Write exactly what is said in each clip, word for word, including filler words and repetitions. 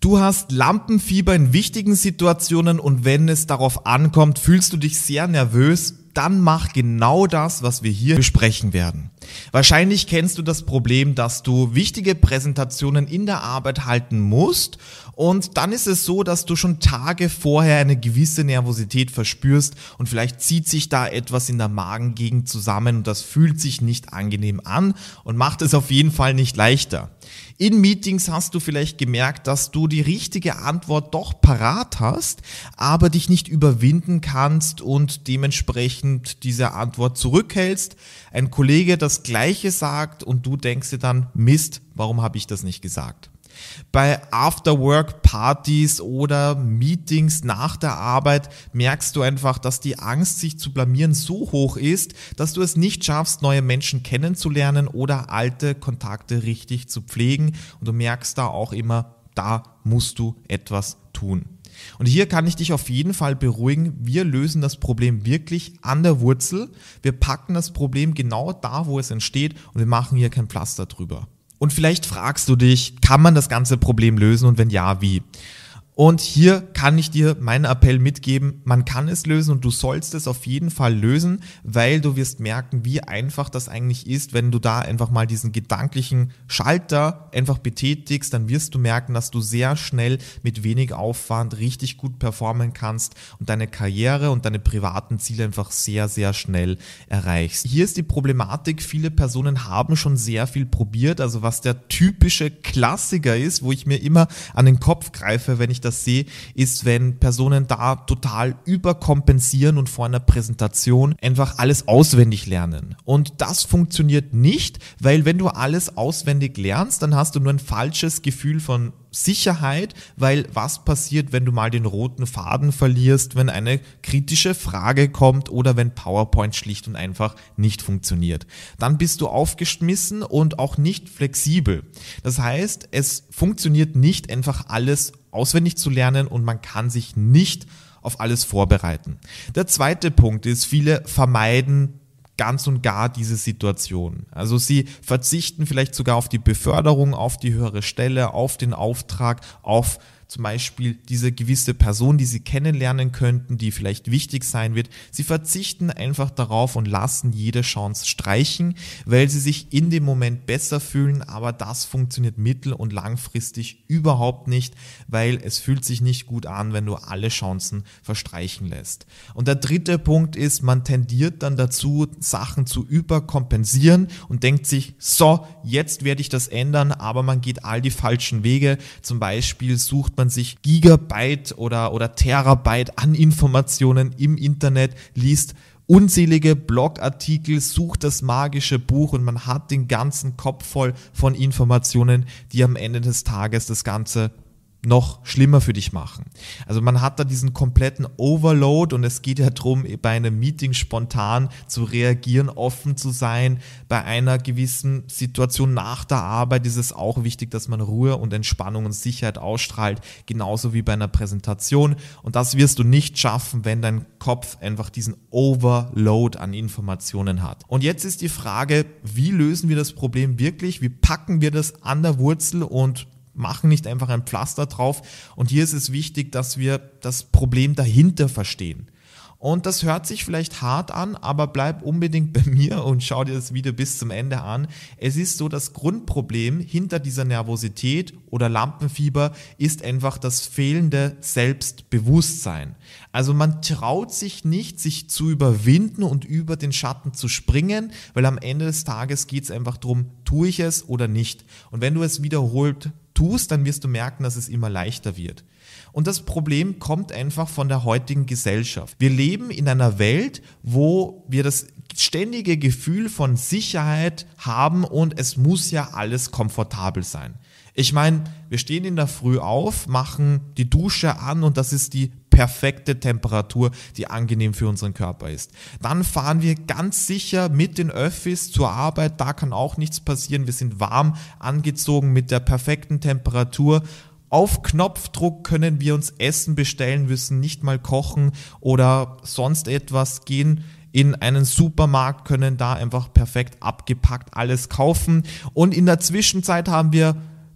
Du hast Lampenfieber in wichtigen Situationen und wenn es darauf ankommt, fühlst du dich sehr nervös, dann mach genau das, was wir hier besprechen werden. Wahrscheinlich kennst du das Problem, dass du wichtige Präsentationen in der Arbeit halten musst und dann ist es so, dass du schon Tage vorher eine gewisse Nervosität verspürst und vielleicht zieht sich da etwas in der Magengegend zusammen und das fühlt sich nicht angenehm an und macht es auf jeden Fall nicht leichter. In Meetings hast du vielleicht gemerkt, dass du die richtige Antwort doch parat hast, aber dich nicht überwinden kannst und dementsprechend diese Antwort zurückhältst. Ein Kollege das Gleiche sagt und du denkst dir dann, Mist, warum habe ich das nicht gesagt? Bei After-Work-Partys oder Meetings nach der Arbeit merkst du einfach, dass die Angst, sich zu blamieren, so hoch ist, dass du es nicht schaffst, neue Menschen kennenzulernen oder alte Kontakte richtig zu pflegen. Und du merkst da auch immer, da musst du etwas tun. Und hier kann ich dich auf jeden Fall beruhigen, wir lösen das Problem wirklich an der Wurzel. Wir packen das Problem genau da, wo es entsteht und wir machen hier kein Pflaster drüber. Und vielleicht fragst du dich, kann man das ganze Problem lösen und wenn ja, wie? Und hier kann ich dir meinen Appell mitgeben, man kann es lösen und du sollst es auf jeden Fall lösen, weil du wirst merken, wie einfach das eigentlich ist, wenn du da einfach mal diesen gedanklichen Schalter einfach betätigst, dann wirst du merken, dass du sehr schnell mit wenig Aufwand richtig gut performen kannst und deine Karriere und deine privaten Ziele einfach sehr, sehr schnell erreichst. Hier ist die Problematik, viele Personen haben schon sehr viel probiert, also was der typische Klassiker ist, wo ich mir immer an den Kopf greife, wenn ich das sehe, ist, wenn Personen da total überkompensieren und vor einer Präsentation einfach alles auswendig lernen. Und das funktioniert nicht, weil wenn du alles auswendig lernst, dann hast du nur ein falsches Gefühl von Sicherheit, weil was passiert, wenn du mal den roten Faden verlierst, wenn eine kritische Frage kommt oder wenn PowerPoint schlicht und einfach nicht funktioniert. Dann bist du aufgeschmissen und auch nicht flexibel. Das heißt, es funktioniert nicht einfach alles auswendig zu lernen und man kann sich nicht auf alles vorbereiten. Der zweite Punkt ist, viele vermeiden ganz und gar diese Situation. Also sie verzichten vielleicht sogar auf die Beförderung, auf die höhere Stelle, auf den Auftrag, auf zum Beispiel diese gewisse Person, die sie kennenlernen könnten, die vielleicht wichtig sein wird. Sie verzichten einfach darauf und lassen jede Chance streichen, weil sie sich in dem Moment besser fühlen, aber das funktioniert mittel- und langfristig überhaupt nicht, weil es fühlt sich nicht gut an, wenn du alle Chancen verstreichen lässt. Und der dritte Punkt ist, man tendiert dann dazu, Sachen zu überkompensieren und denkt sich, so, jetzt werde ich das ändern, aber man geht all die falschen Wege. Zum Beispiel sucht man man sich Gigabyte oder, oder Terabyte an Informationen im Internet, liest unzählige Blogartikel, sucht das magische Buch und man hat den ganzen Kopf voll von Informationen, die am Ende des Tages das Ganze noch schlimmer für dich machen. Also man hat da diesen kompletten Overload und es geht ja darum, bei einem Meeting spontan zu reagieren, offen zu sein. Bei einer gewissen Situation nach der Arbeit ist es auch wichtig, dass man Ruhe und Entspannung und Sicherheit ausstrahlt, genauso wie bei einer Präsentation. Und das wirst du nicht schaffen, wenn dein Kopf einfach diesen Overload an Informationen hat. Und jetzt ist die Frage, wie lösen wir das Problem wirklich? Wie packen wir das an der Wurzel und machen nicht einfach ein Pflaster drauf. Und hier ist es wichtig, dass wir das Problem dahinter verstehen. Und das hört sich vielleicht hart an, aber bleib unbedingt bei mir und schau dir das Video bis zum Ende an. Es ist so, das Grundproblem hinter dieser Nervosität oder Lampenfieber ist einfach das fehlende Selbstbewusstsein. Also man traut sich nicht, sich zu überwinden und über den Schatten zu springen, weil am Ende des Tages geht es einfach darum, tue ich es oder nicht. Und wenn du es wiederholt tust, dann wirst du merken, dass es immer leichter wird. Und das Problem kommt einfach von der heutigen Gesellschaft. Wir leben in einer Welt, wo wir das ständige Gefühl von Sicherheit haben und es muss ja alles komfortabel sein. Ich meine, wir stehen in der Früh auf, machen die Dusche an und das ist die perfekte Temperatur, die angenehm für unseren Körper ist. Dann fahren wir ganz sicher mit den Öffis zur Arbeit, da kann auch nichts passieren. Wir sind warm angezogen mit der perfekten Temperatur. Auf Knopfdruck können wir uns Essen bestellen, müssen nicht mal kochen oder sonst etwas, gehen in einen Supermarkt, können da einfach perfekt abgepackt alles kaufen und in der Zwischenzeit haben wir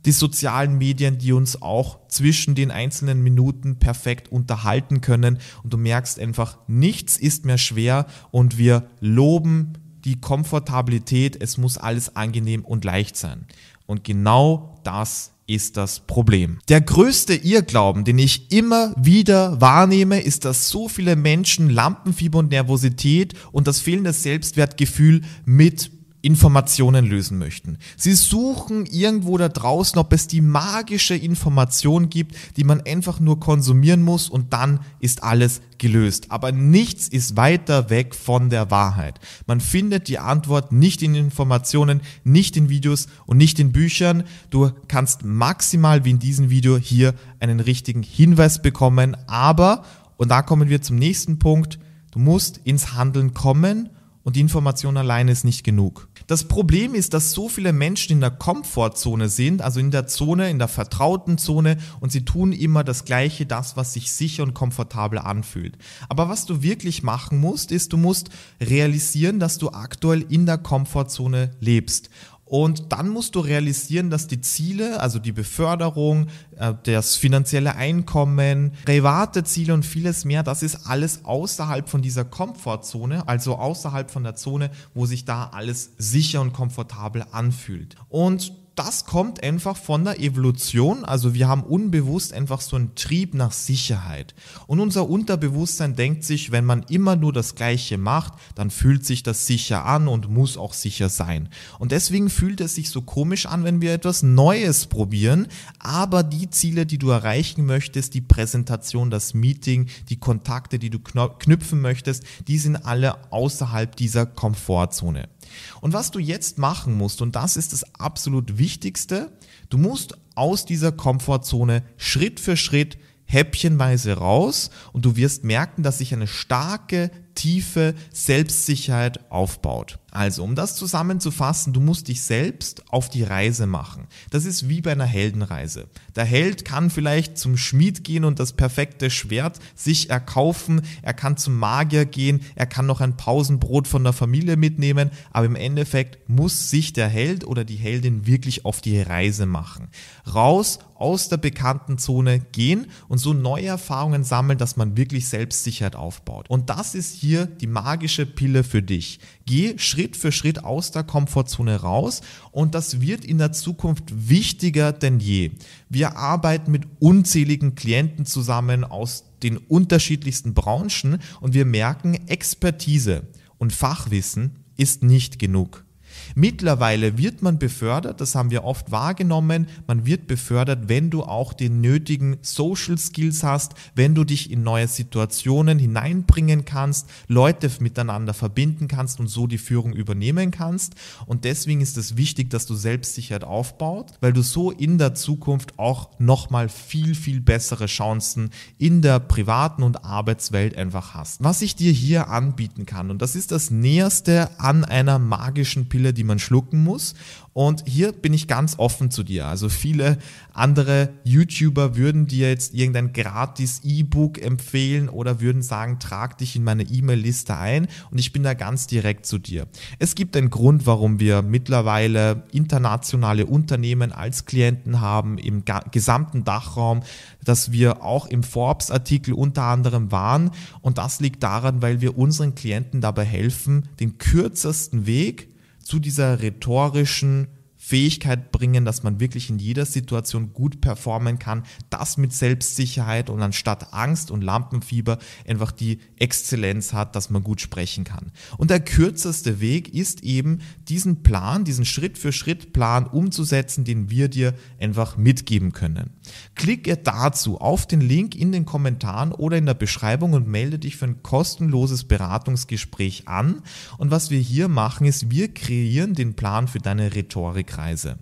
die sozialen Medien, die uns auch zwischen den einzelnen Minuten perfekt unterhalten können und du merkst einfach, nichts ist mehr schwer und wir loben die Komfortabilität, es muss alles angenehm und leicht sein. Und genau das ist das Problem. Der größte Irrglauben, den ich immer wieder wahrnehme, ist, dass so viele Menschen Lampenfieber und Nervosität und das fehlende Selbstwertgefühl mit Informationen lösen möchten. Sie suchen irgendwo da draußen, ob es die magische Information gibt, die man einfach nur konsumieren muss und dann ist alles gelöst. Aber nichts ist weiter weg von der Wahrheit. Man findet die Antwort nicht in Informationen, nicht in Videos und nicht in Büchern. Du kannst maximal wie in diesem Video hier einen richtigen Hinweis bekommen, aber, und da kommen wir zum nächsten Punkt, du musst ins Handeln kommen und die Information alleine ist nicht genug. Das Problem ist, dass so viele Menschen in der Komfortzone sind, also in der Zone, in der vertrauten Zone und sie tun immer das Gleiche, das, was sich sicher und komfortabel anfühlt. Aber was du wirklich machen musst, ist, du musst realisieren, dass du aktuell in der Komfortzone lebst. Und dann musst du realisieren, dass die Ziele, also die Beförderung, das finanzielle Einkommen, private Ziele und vieles mehr, das ist alles außerhalb von dieser Komfortzone, also außerhalb von der Zone, wo sich da alles sicher und komfortabel anfühlt. Und das kommt einfach von der Evolution, also wir haben unbewusst einfach so einen Trieb nach Sicherheit. Und unser Unterbewusstsein denkt sich, wenn man immer nur das Gleiche macht, dann fühlt sich das sicher an und muss auch sicher sein. Und deswegen fühlt es sich so komisch an, wenn wir etwas Neues probieren, aber die Ziele, die du erreichen möchtest, die Präsentation, das Meeting, die Kontakte, die du knüpfen möchtest, die sind alle außerhalb dieser Komfortzone. Und was du jetzt machen musst, und das ist das absolut Wichtigste, du musst aus dieser Komfortzone Schritt für Schritt häppchenweise raus und du wirst merken, dass sich eine starke, tiefe Selbstsicherheit aufbaut. Also, um das zusammenzufassen, du musst dich selbst auf die Reise machen. Das ist wie bei einer Heldenreise. Der Held kann vielleicht zum Schmied gehen und das perfekte Schwert sich erkaufen, er kann zum Magier gehen, er kann noch ein Pausenbrot von der Familie mitnehmen, aber im Endeffekt muss sich der Held oder die Heldin wirklich auf die Reise machen. Raus aus der bekannten Zone gehen und so neue Erfahrungen sammeln, dass man wirklich Selbstsicherheit aufbaut. Und das ist hier die magische Pille für dich. Geh Schritt für Schritt aus der Komfortzone raus und das wird in der Zukunft wichtiger denn je. Wir arbeiten mit unzähligen Klienten zusammen aus den unterschiedlichsten Branchen und wir merken, Expertise und Fachwissen ist nicht genug. Mittlerweile wird man befördert, das haben wir oft wahrgenommen, man wird befördert, wenn du auch die nötigen Social Skills hast, wenn du dich in neue Situationen hineinbringen kannst, Leute miteinander verbinden kannst und so die Führung übernehmen kannst. Und deswegen ist es wichtig, dass du Selbstsicherheit aufbaust, weil du so in der Zukunft auch nochmal viel, viel bessere Chancen in der privaten und Arbeitswelt einfach hast. Was ich dir hier anbieten kann, und das ist das Näherste an einer magischen Pille, die man schlucken muss. Und hier bin ich ganz offen zu dir. Also viele andere YouTuber würden dir jetzt irgendein gratis E-Book empfehlen oder würden sagen, trag dich in meine E-Mail-Liste ein und ich bin da ganz direkt zu dir. Es gibt einen Grund, warum wir mittlerweile internationale Unternehmen als Klienten haben im gesamten Dachraum, dass wir auch im Forbes-Artikel unter anderem waren und das liegt daran, weil wir unseren Klienten dabei helfen, den kürzesten Weg zu dieser rhetorischen Fähigkeit bringen, dass man wirklich in jeder Situation gut performen kann, das mit Selbstsicherheit und anstatt Angst und Lampenfieber einfach die Exzellenz hat, dass man gut sprechen kann. Und der kürzeste Weg ist eben diesen Plan, diesen Schritt-für-Schritt-Plan umzusetzen, den wir dir einfach mitgeben können. Klicke dazu auf den Link in den Kommentaren oder in der Beschreibung und melde dich für ein kostenloses Beratungsgespräch an. Und was wir hier machen, ist, wir kreieren den Plan für deine Rhetorikreise.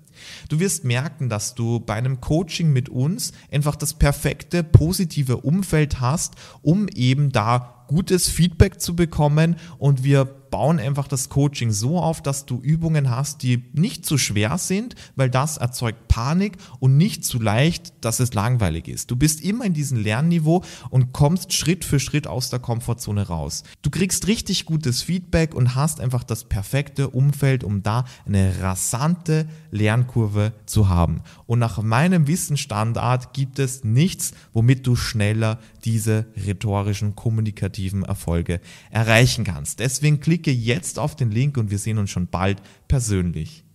Du wirst merken, dass du bei einem Coaching mit uns einfach das perfekte, positive Umfeld hast, um eben da gutes Feedback zu bekommen und wir bauen einfach das Coaching so auf, dass du Übungen hast, die nicht zu schwer sind, weil das erzeugt Panik, und nicht zu leicht, dass es langweilig ist. Du bist immer in diesem Lernniveau und kommst Schritt für Schritt aus der Komfortzone raus. Du kriegst richtig gutes Feedback und hast einfach das perfekte Umfeld, um da eine rasante Lernkurve zu haben. Und nach meinem Wissensstandard gibt es nichts, womit du schneller diese rhetorischen, kommunikativen Erfolge erreichen kannst. Deswegen klicke jetzt auf den Link und wir sehen uns schon bald persönlich.